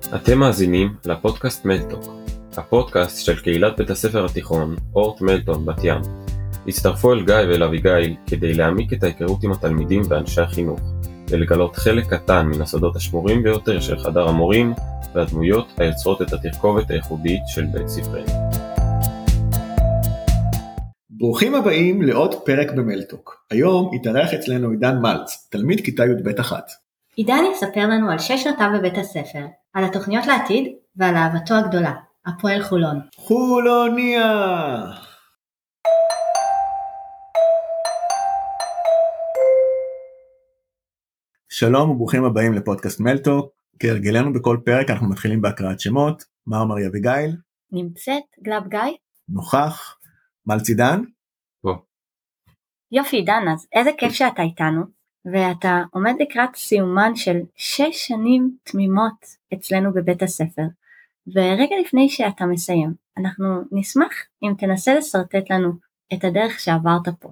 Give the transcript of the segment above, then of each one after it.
אתם מאזינים לפודקאסט מלטוק, הפודקאסט של קהילת בית הספר התיכון אורט מלטון בת ים. הצטרפו אל גיא ואל אביגיל כדי להעמיק את ההיכרות עם התלמידים ואנשי החינוך, ולגלות חלק קטן מן הסודות השמורים ביותר של חדר המורים והדמויות היוצרות את התרכובת הייחודית של בית ספרנו. ברוכים הבאים לעוד פרק במלטוק. היום התארח אצלנו עידן מלץ, תלמיד כיתה י"ב אחת. עידן יספר לנו על 6 שנותיו בבית הספר, על התוכניות לעתיד ועל אהבתו הגדולה, הפועל חולון. חולוניה! שלום וברוכים הבאים לפודקאסט מלטוק. כהרגלנו בכל פרק אנחנו מתחילים בהקראת שמות. מרמרי אביגיל. נמצאת, גלב גיא. נוכח. מלץ עידן. יופי עידן, אז איזה כיף שאתה איתנו, ואתה עומד לקראת סיומן של 6 שנים תמימות אצלנו בבית הספר, ורגע לפני שאתה מסיים, אנחנו נשמח אם תנסה לסרטט לנו את הדרך שעברת פה.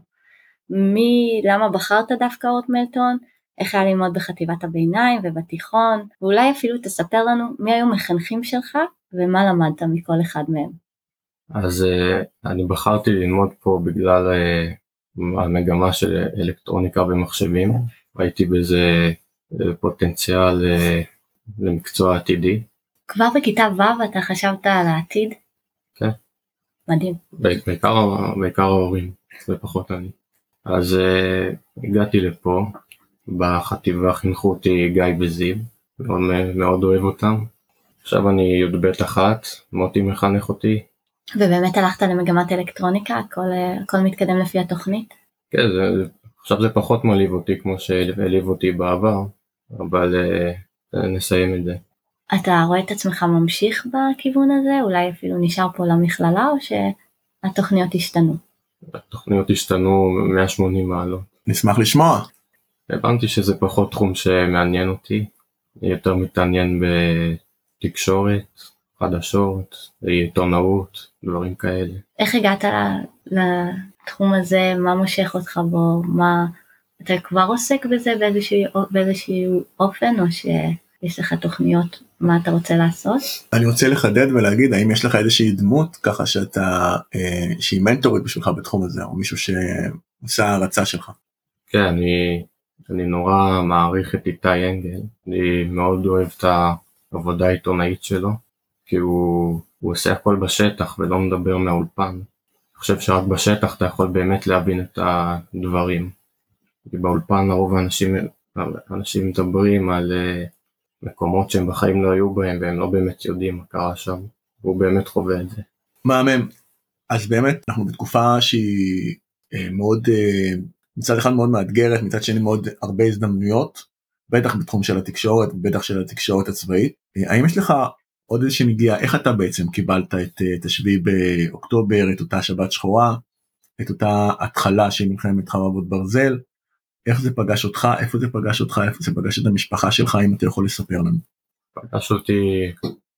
למה בחרת דווקא אורט מלטון, איך היה ללמוד בחטיבת הביניים ובתיכון, ואולי אפילו תספר לנו מי היו מחנכים שלך ומה למדת מכל אחד מהם. אז אני בחרתי ללמוד פה בגלל המגמה של אלקטרוניקה ומחשבים, ראיתי בזה פוטנציאל למקצוע עתידי. כבר בכיתה ו' אתה חשבת על העתיד? כן. מדהים. בעיקר ההורים, ופחות אני. אז הגעתי לפה, בחטיבה חינכו אותי גיא וזיו, מאוד אוהב אותם. עכשיו אני י"ב אחת, מוטי מחנך אותי. ובאמת הלכת למגמת אלקטרוניקה? הכל מתקדם לפי התוכנית? כן, עכשיו זה פחות מלהיב אותי כמו שהלהיב אותי בעבר, אבל נסיים את זה. אתה רואה את עצמך ממשיך בכיוון הזה? אולי אפילו נשאר פה למכללה, או שהתוכניות השתנו? התוכניות השתנו 180 מעלות. נשמח לשמוע. הבנתי שזה פחות תחום שמעניין אותי, יותר מתעניין בתקשורת, חדשות, עיתונאות, דברים כאלה. איך הגעת לתחום הזה? מה מושך אותך בו? אתה כבר עוסק בזה באיזשהו אופן, או שיש לך תוכניות מה אתה רוצה לעשות? אני רוצה לחדד ולהגיד, האם יש לך איזושהי דמות ככה שהיא מנטורית בשבילך בתחום הזה, או מישהו שעושה הרצה שלך? כן, אני נורא מעריך את איתי אנגל, אני מאוד אוהב את העבודה העיתונאית שלו, כי הוא עושה הכל בשטח ולא מדבר מהאולפן. אני חושב שרק בשטח אתה יכול באמת להבין את הדברים. כי באולפן הרוב האנשים מדברים על מקומות שהם בחיים לא היו בהם, והם לא באמת יודעים מה קרה שם. והוא באמת חווה את זה. מהמם. אז באמת אנחנו בתקופה שהיא מאוד, מצד אחד מאוד מאתגרת, מצד שני מאוד הרבה הזדמנויות, בטח בתחום של התקשורת, בטח של התקשורת הצבאית. האם יש לך עוד איזושהי נגיעה, איך אתה בעצם קיבלת את השביעי באוקטובר, את אותה שבת שחורה, את אותה התחלה של מלחמת חרבות ברזל, איך זה פגש אותך, איפה זה פגש אותך, איפה זה פגש את המשפחה שלך, אם אתה יכול לספר לנו? פגש אותי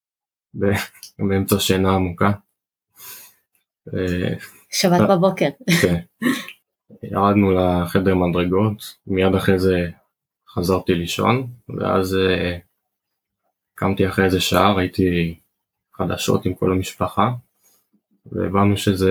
באמצע שינה עמוקה. שבת בבוקר. כן. ירדנו לחדר מדרגות, מיד אחרי זה חזרתי לישון, ואז קמתי אחרי איזה שעה, ראיתי חדשות עם כל המשפחה, והבנו שזה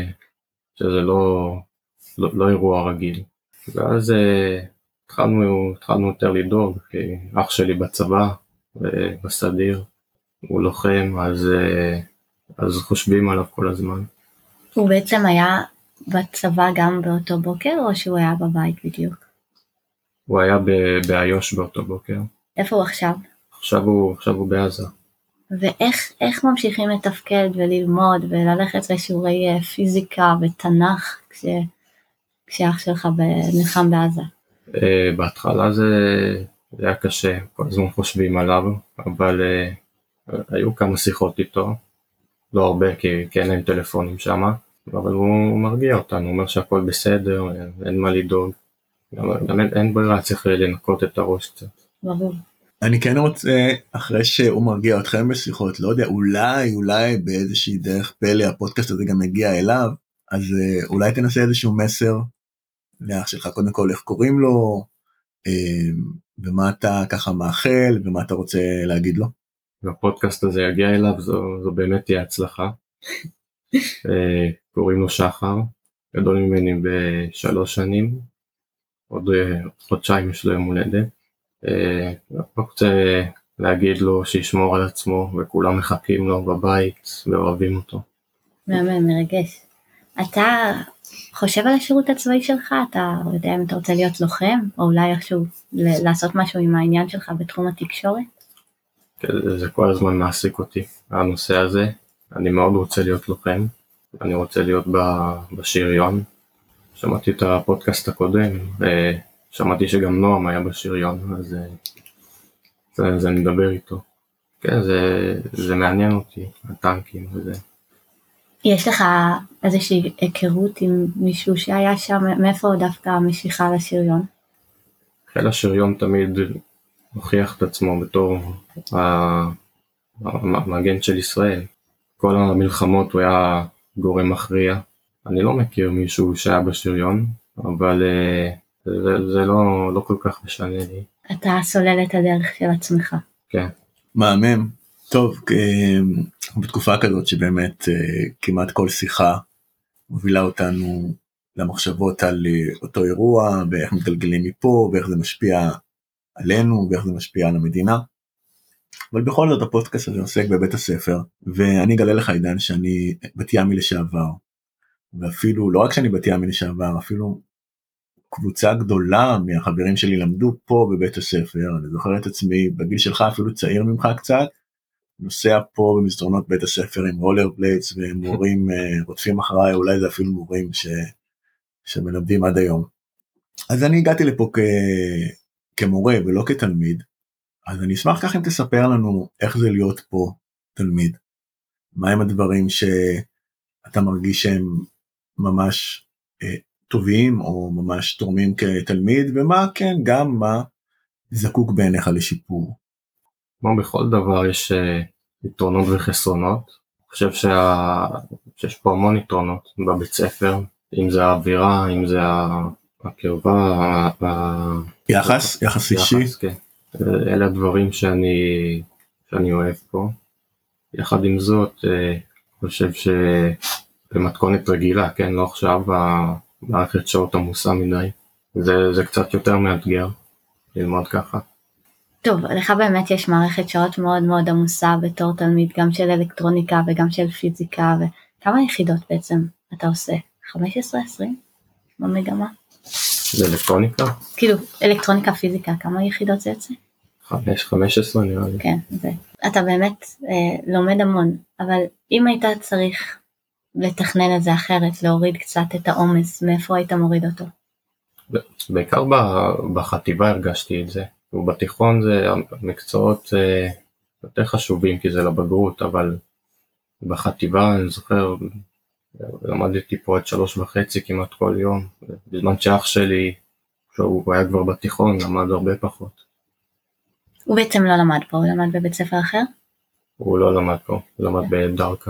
לא אירוע רגיל. ואז התחלנו יותר לדאוג, כי אח שלי בצבא ובסדיר, הוא לוחם, אז חושבים עליו כל הזמן. הוא בעצם היה בצבא גם באותו בוקר, או שהוא היה בבית בדיוק? הוא היה באיו"ש באותו בוקר. איפה הוא עכשיו? עכשיו הוא בעזה. ואיך ממשיכים לתפקד וללמוד וללכת לשיעורי פיזיקה ותנ"ך כשאח שלך נלחם בעזה? בהתחלה זה היה קשה, כל הזמן חושבים עליו, אבל היו כמה שיחות איתו, לא הרבה כי אין להם טלפונים שם, אבל הוא מרגיע אותנו, הוא אומר שהכל בסדר, אין מה לדאוג, גם אין ברירה, צריך לנקות את הראש קצת. ברור. אני כן רוצה, אחרי שהוא מרגיע אתכם בשיחות, לא יודע, אולי באיזושהי דרך פלא הפודקאסט הזה גם מגיע אליו, אז אולי תנסה איזשהו מסר לאח שלך, קודם כל איך קוראים לו, ומה אתה ככה מאחל, ומה אתה רוצה להגיד לו? והפודקאסט הזה יגיע אליו, זו באמת תהיה הצלחה. קוראים לו שחר, גדול ממני ב3 שנים, עוד חודשיים יש לו יום הולדת. רוצה להגיד לו שישמור על עצמו, וכולם מחכים לו בבית ואוהבים אותו. מרגש. אתה חושב על השירות הצבאי שלך? אתה יודע אם אתה רוצה להיות לוחם, או אולי איכשהו לעשות משהו עם העניין שלך בתחום התקשורת? זה כל הזמן מעסיק אותי, הנושא הזה. אני מאוד רוצה להיות לוחם, אני רוצה להיות בשריון. שמעתי את הפודקאסט הקודם, ושמעתי שגם נועם היה בשריון, אז אני מדבר איתו. כן, זה מעניין אותי, הטנקים וזה. יש לך איזושהי היכרות עם מישהו שהיה שם? מאיפה דווקא המשיכה לשריון? חיל השריון תמיד הוכיח את עצמו בתור המגן של ישראל. כל המלחמות הוא היה גורם מכריע. אני לא מכיר מישהו שהיה בשריון, אבל זה לא כל כך משנה לי. אתה סולל את הדרך של עצמך. כן. מהמם. טוב, בתקופה כזאת שבאמת כמעט כל שיחה מובילה אותנו למחשבות על אותו אירוע, ואיך מתגלגלים מפה, ואיך זה משפיע עלינו, ואיך זה משפיע על המדינה. אבל בכל זאת הפודקאסט הזה עוסק בבית הספר, ואני אגלה לך עידן שאני בת ימי לשעבר, ואפילו לא רק שאני בת ימי לשעבר, אפילו קבוצה גדולה מהחברים שלי למדו פה בבית הספר. אני זוכר את עצמי בגיל שלך, אפילו צעיר ממך קצת, נוסע פה במסדרונות בית הספר עם רולר בליידס, ומורים רודפים אחריי, אולי זה אפילו מורים שמלמדים עד היום. אז אני הגעתי לפה כמורה ולא כתלמיד, אז אני אשמח כך אם תספר לנו איך זה להיות פה תלמיד, מהם הדברים שאתה מרגיש שהם ממש טובים או ממש תורמים כתלמיד, ומה כן, גם מה זקוק בעיניך לשיפור. כמו בכל דבר יש יתרונות וחסרונות. אני חושב שיש פה המון יתרונות בבית ספר, אם זה האווירה, אם זה הקרבה, יחס אישי. כן. אלה הדברים שאני אוהב פה. יחד עם זאת, אני חושב שבמתכונת רגילה, כן, לא עכשיו במערכת שעות עמוסה מדי, זה קצת יותר מאתגר ללמוד ככה. טוב, לך באמת יש מערכת שעות מאוד מאוד עמוסה בתור תלמיד, גם של אלקטרוניקה וגם של פיזיקה, וכמה יחידות בעצם אתה עושה? 15-20 במגמה? זה אלקטרוניקה? כאילו, אלקטרוניקה פיזיקה, כמה יחידות זה יוצא? 15 נראה לי. כן, זה. אתה באמת לומד המון, אבל אם היית צריך לתכנן את זה אחרת, להוריד קצת את העומס, מאיפה היית מוריד אותו? בעיקר בחטיבה הרגשתי את זה. ובתיכון זה המקצועות יותר חשובים כי זה לבגרות, אבל בחטיבה אני זוכר, למדתי פה עד 3:30 כמעט כל יום, בזמן שאח שלי, שהוא היה כבר בתיכון, למד הרבה פחות. הוא בעצם לא למד פה, הוא למד בבית ספר אחר? הוא לא למד פה, הוא למד בדרכה.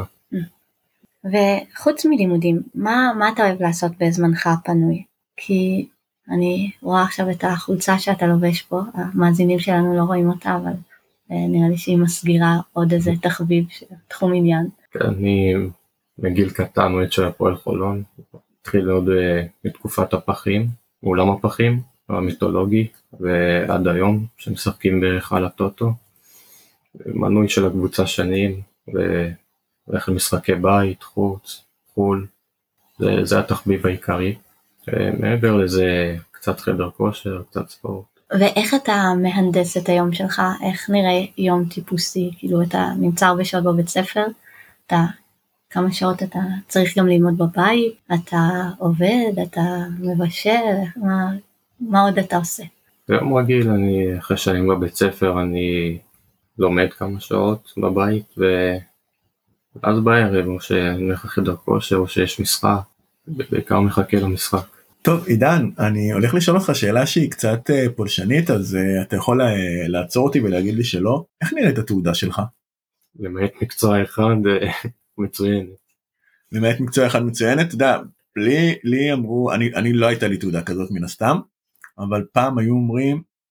וחוץ מלימודים, מה אתה אוהב לעשות בזמנך הפנוי? כי אני רואה עכשיו את החולצה שאתה לובש פה, המאזינים שלנו לא רואים אותה, אבל נראה לי שהיא מסגירה עוד איזה תחביב של תחום עניין. כן, אני מגיל קטן אוהד של הפועל חולון, התחיל עוד בתקופת הפחים, אולם הפחים, המיתולוגי, ועד היום שמשחקים בהיכל הטוטו, מנוי של הקבוצה שנים, והולך למשחקי בית, חוץ, חול, זה התחביב העיקרי. מעבר לזה קצת חדר כושר, קצת ספורט. ואיך אתה מהנדס את היום שלך? איך נראה יום טיפוסי? כאילו אתה נמצא הרבה שעות בבית ספר, כמה שעות אתה צריך גם ללמוד בבית, אתה עובד, אתה מבשל, מה עוד אתה עושה? ביום רגיל, אחרי שנים בבית ספר, אני לומד כמה שעות בבית, ואז בערב, או שאני הולך לחדר כושר, או שיש משחק, בעיקר מחכה למשחק. טוב, עידן, אני הולך לשאול אותך שאלה שהיא קצת פולשנית, אז אתה יכול לעצור אותי ולהגיד לי שלא. איך נראית התעודה שלך? למעט מקצוע אחד מצוינת. למעט מקצוע אחד מצוינת, אתה יודע, לי אמרו, אני לא הייתה לי תעודה כזאת מן הסתם, אבל פעם היו אומרים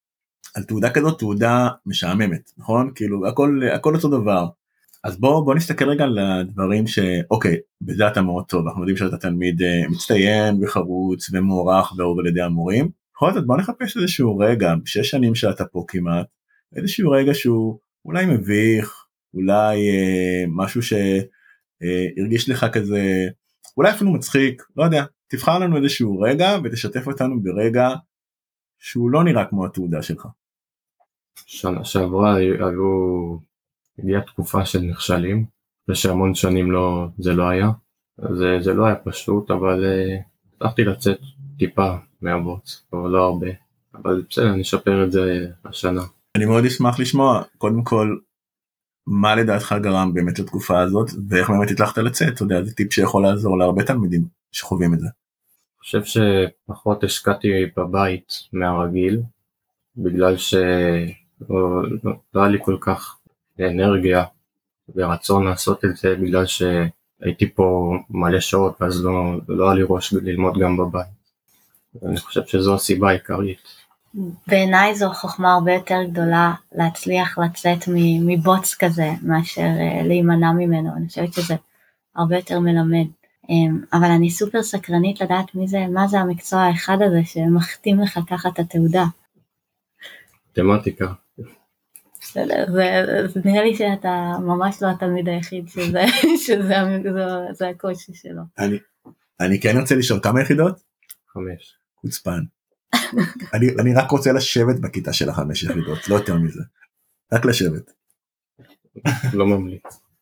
על תעודה כזאת, תעודה משעממת, נכון? כאילו הכל אותו דבר. אז בוא נסתכל רגע על הדברים שאוקיי, בזה אתה מאוד טוב, אנחנו יודעים שאתה תלמיד מצטיין וחרוץ ומוערך ואהוב על ידי המורים. בכל זאת בוא נחפש איזשהו רגע, 6 שנים שאתה פה כמעט, איזשהו רגע שהוא אולי מביך, אולי משהו שהרגיש לך כזה, אולי אפילו מצחיק, לא יודע, תבחר לנו איזשהו רגע ותשתף אותנו ברגע שהוא לא נראה כמו התעודה שלך. שנה שעברה הגיעה תקופה של נכשלים, ושהמון שנים זה לא היה. זה לא היה פשוט, אבל הצלחתי לצאת טיפה מהבוץ, או לא הרבה, אבל בסדר, אני אשפר את זה השנה. אני מאוד אשמח לשמוע, קודם כל, מה לדעתך גרם באמת לתקופה הזאת, ואיך באמת הצלחת לצאת, אתה יודע, זה טיפ שיכול לעזור להרבה תלמידים שחווים את זה. אני חושב שפחות השקעתי בבית מהרגיל, בגלל שלא היה לי כל כך אנרגיה ורצון לעשות את זה, בגלל שהייתי פה מלא שעות, אז לא היה לי ראש ללמוד גם בבית. אני חושב שזו הסיבה העיקרית. בעיניי זו חוכמה הרבה יותר גדולה להצליח לצאת מבוץ כזה מאשר להימנע ממנו. אני חושבת שזה הרבה יותר מלמד. אבל אני סופר סקרנית לדעת מה זה המקצוע האחד הזה שמחתים לך ככה את התעודה. מתמטיקה. בסדר, זה נראה לי שאתה ממש לא התלמיד היחיד שזה הקושי שלו. אני כן רוצה לשאול כמה יחידות? 5. חוצפן. אני רק רוצה לשבת בכיתה של 5 יחידות, לא יותר מזה. רק לשבת. לא ממליץ.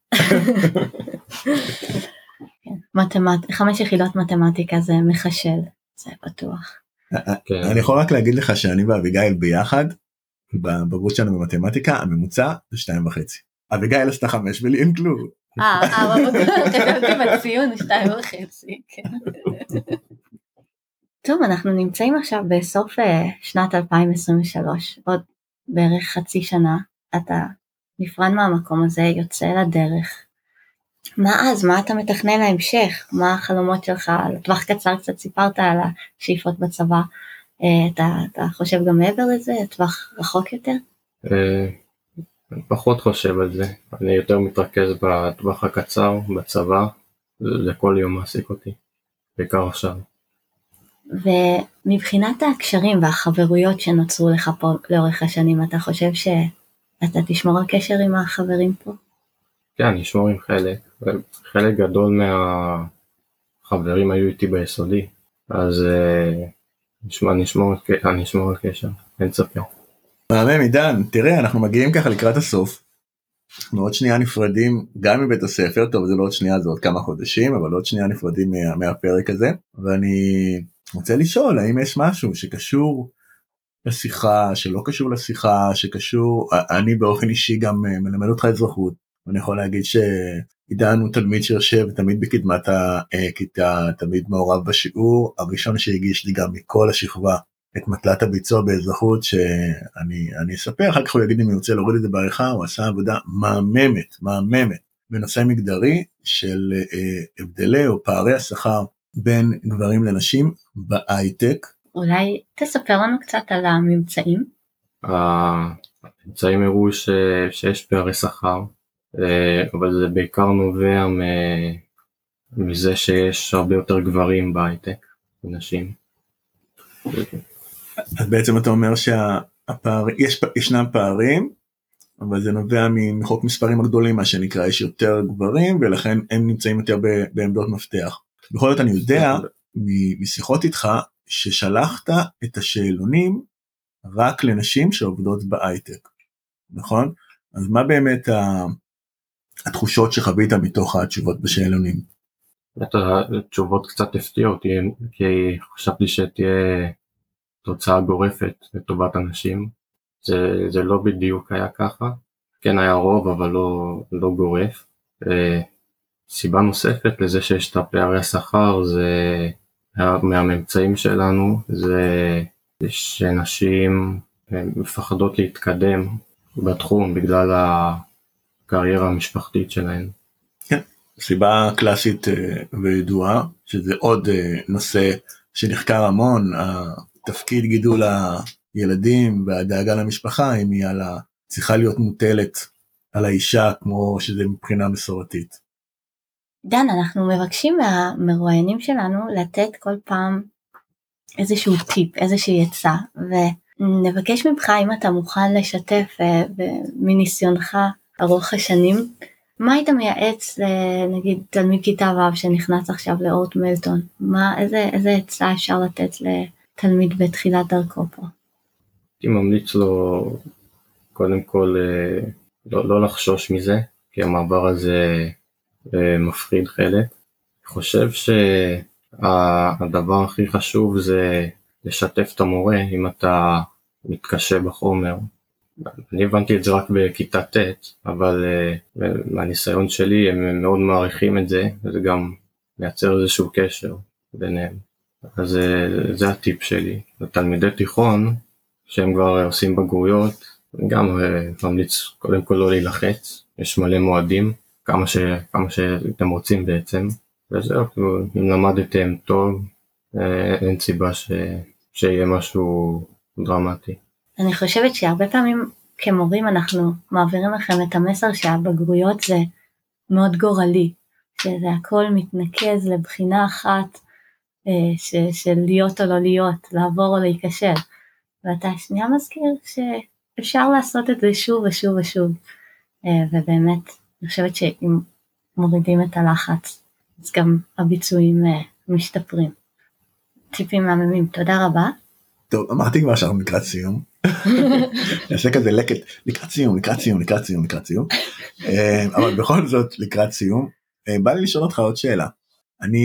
5 יחידות מתמטיקה זה מחשל, זה בטוח. אני יכול רק להגיד לך שאני ואביגיל ביחד, בבגרות שלנו במתמטיקה, הממוצע זה 2.5. אביגיל עשתה 5 ולי אין כלום. כתבתי בציון 2.5. טוב, אנחנו נמצאים עכשיו בסוף שנת 2023, עוד בערך חצי שנה, אתה נפרד מהמקום הזה, יוצא לדרך. מה אתה מתכנן להמשך? מה החלומות שלך? לטווח קצר קצת סיפרת על השאיפות בצבא, אתה חושב גם מעבר לזה, טווח רחוק יותר? אני פחות חושב על זה, אני יותר מתרכז בטווח הקצר, בצבא, זה כל יום מעסיק אותי, בעיקר עכשיו. ומבחינת הקשרים והחברויות שנוצרו לך פה לאורך השנים, אתה חושב שאתה תשמור על קשר עם החברים פה? כן, אני אשמור עם חלק גדול מהחברים היו איתי ביסודי, אז אני אשמור על קשר, אין ספק. מהמם עידן, תראה, אנחנו מגיעים ככה לקראת הסוף, אנחנו עוד שנייה נפרדים גם מבית הספר, טוב זה לא עוד שנייה, זה עוד כמה חודשים, אבל עוד שנייה נפרדים מהפרק הזה, ואני רוצה לשאול, האם יש משהו שקשור לשיחה, שלא קשור לשיחה, שקשור, אני באופן אישי גם מלמד אותך אזרחות, ואני יכול להגיד שעידן הוא תלמיד שיושב תמיד בקדמת הכיתה, תמיד מעורב בשיעור, הראשון שהגיש לי גם מכל השכבה, את מטלת הביצוע באזרחות, שאני אספר, אחר כך הוא יגיד אם הוא רוצה להוריד את זה בעריכה, הוא עשה עבודה מהממת, בנושא מגדרי של הבדלי או פערי השכר בין גברים לנשים בהייטק. אולי תספר לנו קצת על הממצאים? הממצאים הראו שיש פערי שכר, אבל זה בעיקר נובע מזה שיש הרבה יותר גברים בהייטק, נשים. אז בעצם אתה אומר ישנם פערים, אבל זה נובע מחוק מספרים הגדולים, מה שנקרא, יש יותר גברים, ולכן הם נמצאים יותר בעמדות מפתח. בכל זאת אני יודע, משיחות איתך, ששלחת את השאלונים רק לנשים שעובדות בהייטק, נכון? אז מה באמת התחושות שחווית מתוך התשובות בשאלונים? התשובות קצת הפתיעו אותי, כי חשבתי שתהיה תוצאה גורפת לטובת אנשים, זה לא בדיוק היה ככה, כן היה רוב אבל לא גורף. סיבה נוספת לזה שיש את הפערי השכר, זה מהממצאים שלנו, זה שנשים מפחדות להתקדם בתחום בגלל הקריירה המשפחתית שלהן. כן, סיבה קלאסית וידועה, שזה עוד נושא שנחקר המון, תפקיד גידול הילדים והדאגה למשפחה, אם היא צריכה להיות מוטלת על האישה, כמו שזה מבחינה מסורתית. דן, אנחנו מבקשים מהמרואיינים שלנו לתת כל פעם איזשהו טיפ, איזושהי עצה, ונבקש ממך אם אתה מוכן לשתף מניסיונך ארוך השנים, מה היית מייעץ לנגיד תלמיד כיתה ו' שנכנס עכשיו לאורט מלטון? איזה עצה אפשר לתת לתלמיד בתחילת דרכו פה? הייתי ממליץ לו קודם כל לא לחשוש מזה, כי המעבר הזה מפחיד חלק. אני חושב שהדבר הכי חשוב זה לשתף את המורה אם אתה מתקשה בחומר. אני הבנתי את זה רק בכיתה ט', אבל מהניסיון שלי הם מאוד מעריכים את זה, וזה גם מייצר איזשהו קשר ביניהם. אז זה הטיפ שלי. לתלמידי תיכון, שהם כבר עושים בגרויות, גם ממליץ קודם כל לא להילחץ, יש מלא מועדים, כמה שאתם רוצים בעצם, וזהו, אם למדתם טוב, אין סיבה שיהיה משהו דרמטי. אני חושבת שהרבה פעמים כמורים אנחנו מעבירים לכם את המסר שהבגרויות זה מאוד גורלי, שזה הכל מתנקז לבחינה אחת של להיות או לא להיות, לעבור או להיקשר, ואתה שנייה מזכיר שאפשר לעשות את זה שוב ושוב ושוב, ובאמת אני חושבת שאם מורידים את הלחץ, אז גם הביצועים משתפרים. טיפים מהממים, תודה רבה. טוב, אמרתי כבר שאנחנו לקראת סיום. נעשה כזה לקט, לקראת סיום. אבל בכל זאת, לקראת סיום, בא לי לשאול אותך עוד שאלה. אני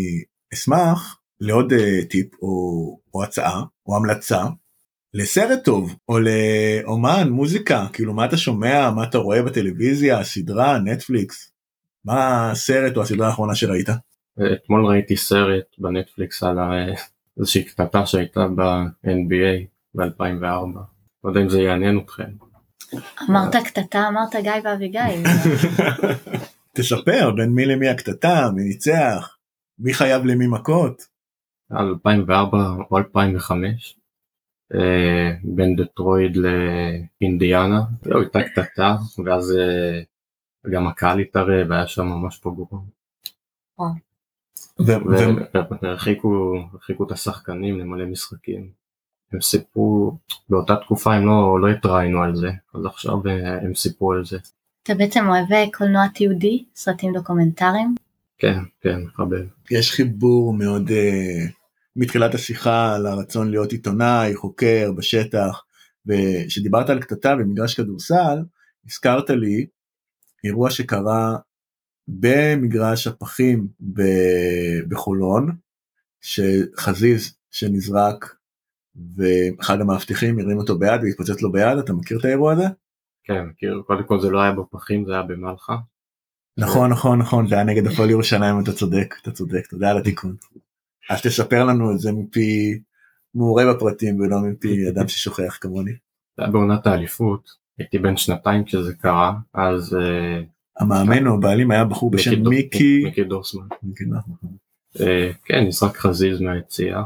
אשמח לעוד טיפ או הצעה או המלצה לסרט טוב או לאומן, מוזיקה, כאילו מה אתה שומע, מה אתה רואה בטלוויזיה, סדרה, נטפליקס, מה הסרט או הסדרה האחרונה שראית? אתמול ראיתי סרט בנטפליקס על איזושהי קטטה שהייתה ב-NBA ב-2004. לא יודע אם זה יעניין אתכם. אמרת קטטה, אמרת גיא ואביגיל. תספר, בין מי למי הקטטה, מי ניצח, מי חייב למי מכות? על 2004 או 2005, בין דטרויד לאינדיאנה, זהו, הייתה קטטה, ואז גם הקהל התערב, היה שם ממש פוגרום. והרחיקו את השחקנים למלא משחקים. הם סיפרו, באותה תקופה הם לא התראינו על זה, אז עכשיו הם סיפרו על זה. אתה בעצם אוהב קולנוע תיעודי, סרטים דוקומנטריים? כן, מחבל. יש חיבור מאוד, מתחילת השיחה על הרצון להיות עיתונאי, חוקר בשטח, ושדיברת על קטטה במגרש כדורסל, הזכרת לי אירוע שקרה במגרש הפחים בחולון, שחזיז שנזרק, ואחד המאבטחים הרים אותו ביד והתפוצץ לו ביד. אתה מכיר את האירוע הזה? כן, מכיר. קודם כל זה לא היה בפחים, זה היה במלחה. נכון, זה היה נגד הפועל ירושלים. אתה צודק, תודה על התיקון. אז תספר לנו את זה מפי מעורה בפרטים ולא מפי אדם ששוכח כמוני. זה היה בעונת האליפות, הייתי בן 2 כשזה קרה, אז המאמן או הבעלים היה בחור בשם מיקי דורסמן. כן, נזרק חזיז מהיציאה,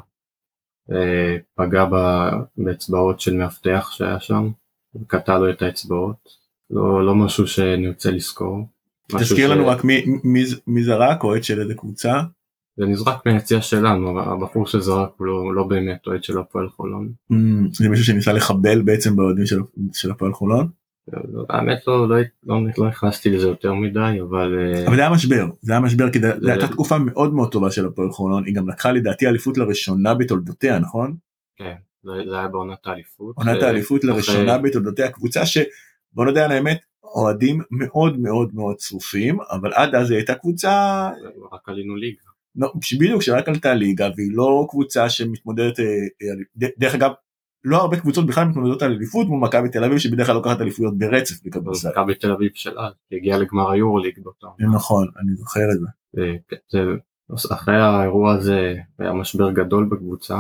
פגע באצבעות של מאבטח שהיה שם, וקטע לו את האצבעות. לא משהו שנרצה לזכור. תזכיר לנו רק מי זרק, או עד של איזה קבוצה? זה נזרק מהיציאה שלנו, הבחור שזרק הוא לא באמת אוהד של הפועל חולון. זה מישהו שניסה לחבל בעצם באוהדים של הפועל חולון? האמת לא נכנסתי לזה יותר מדי, אבל זה היה משבר, כי זו הייתה תקופה מאוד מאוד טובה של הפועל חולון. היא גם לקחה לדעתי אליפות לראשונה בתולדותיה, נכון? כן, זה היה בעונת האליפות. עונת האליפות לראשונה בתולדותיה, קבוצה שבוא נדע על האמת, אוהדים מאוד מאוד מאוד צרופים, אבל עד אז היא הייתה קבוצה רק עלינו ליגה. בדיוק, שרק עלתה ליגה, והיא לא קבוצה שמתמודדת, דרך אגב, לא הרבה קבוצות בכלל מתמודדות על אליפות, כמו מכבי תל אביב, שבדרך כלל לוקחת אליפויות ברצף. מכבי תל אביב שלה, הגיעה לגמר היורוליג באותה. נכון, אני זוכר את זה. אחרי האירוע הזה, היה משבר גדול בקבוצה,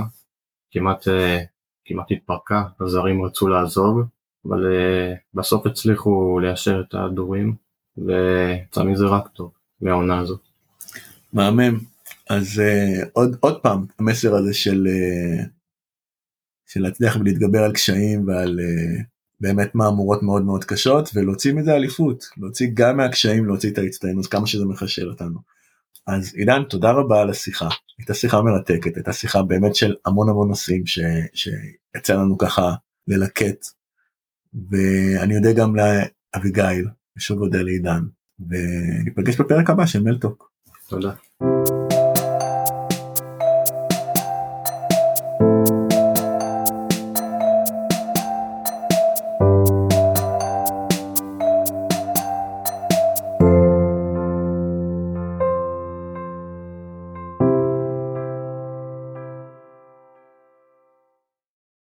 כמעט התפרקה, הזרים רצו לעזוב, אבל בסוף הצליחו ליישר את הדורים, ויצא מזה רק טוב, מהעונה הזאת. מהמם. אז עוד פעם, המסר הזה של להצליח ולהתגבר על קשיים ועל באמת מהמורות מאוד מאוד קשות, ולהוציא מזה אליפות, להוציא גם מהקשיים, להוציא את ההצטיינות, כמה שזה מחשל אותנו. אז עידן, תודה רבה על השיחה, הייתה שיחה מרתקת, הייתה שיחה באמת של המון המון נושאים שיצא לנו ככה ללקט, ואני יודע גם לאביגיל, ושוב עוד לעידן, וניפגש בפרק הבא של מלטוק. תודה.